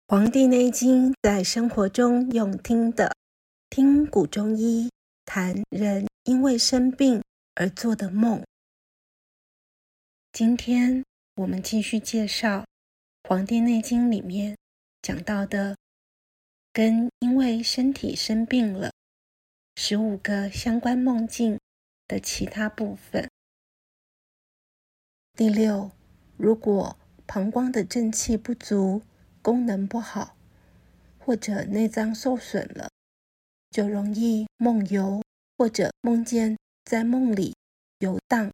黄帝内经在生活中用听的，听古中医谈人因为生病而做的梦。今天我们继续介绍黄帝内经里面讲到的跟因为身体生病了15个相关梦境的其他部分。第6，如果膀胱的正气不足，功能不好，或者内脏受损了，就容易梦游，或者梦见在梦里游荡。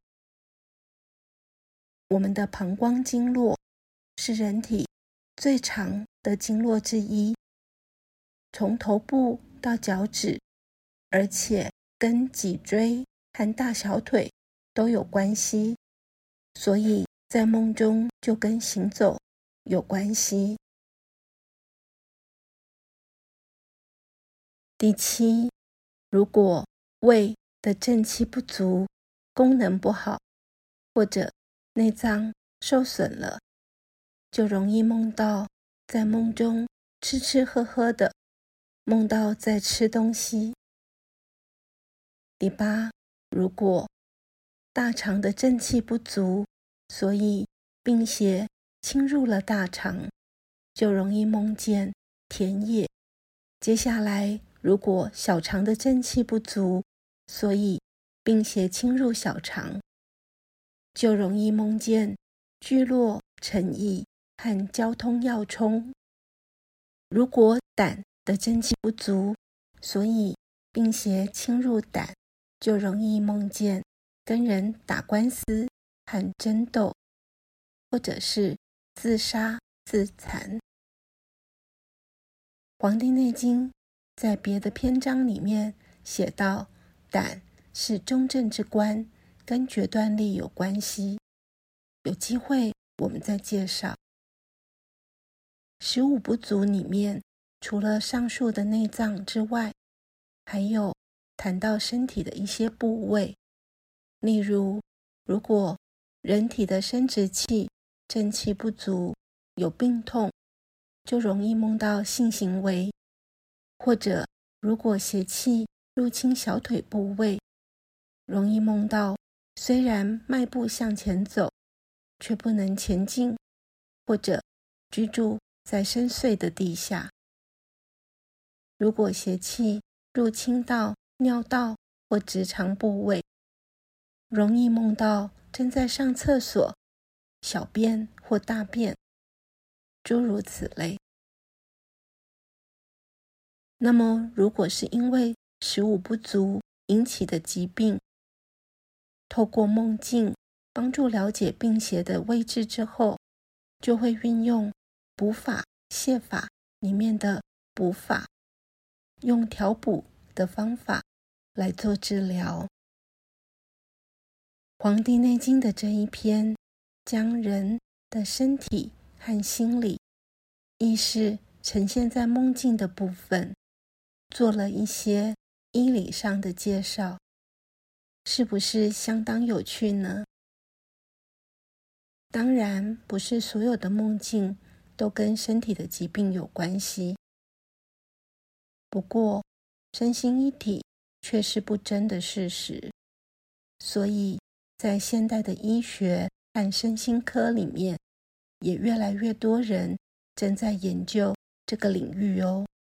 我们的膀胱经络是人体最长的经络之一，从头部到脚趾，而且跟脊椎和大小腿都有关系，所以在梦中就跟行走有关系。第7，如果胃的正气不足，功能不好，或者内脏受损了，就容易梦到在梦中吃吃喝喝的，梦到在吃东西。第8，如果大肠的正气不足，所以病邪侵入了大肠，就容易梦见田野。接下来如果小肠的正气不足，所以病邪侵入小肠，就容易梦见聚落、城邑和交通要冲。如果胆的正气不足，所以病邪侵入胆，就容易梦见跟人打官司和争斗，或者是自杀自残。黄帝内经在别的篇章里面写到，胆是中正之官，跟决断力有关系，有机会我们再介绍。15不足里面，除了上述的内脏之外，还有谈到身体的一些部位，例如如果人体的生殖器正气不足，有病痛，就容易梦到性行为，或者如果邪气入侵小腿部位，容易梦到虽然迈步向前走，却不能前进，或者居住在深邃的地下。如果邪气入侵到尿道或直肠部位，容易梦到正在上厕所、小便或大便，诸如此类。那么如果是因为15不足引起的疾病，透过梦境帮助了解病邪的位置之后，就会运用补法、泻法里面的补法，用调补的方法来做治疗。黄帝内经的这一篇，将人的身体和心理意识呈现在梦境的部分，做了一些医理上的介绍，是不是相当有趣呢？当然，不是所有的梦境都跟身体的疾病有关系，不过身心一体却是不争的事实，所以在现代的医学和身心科里面，也越来越多人正在研究这个领域哦。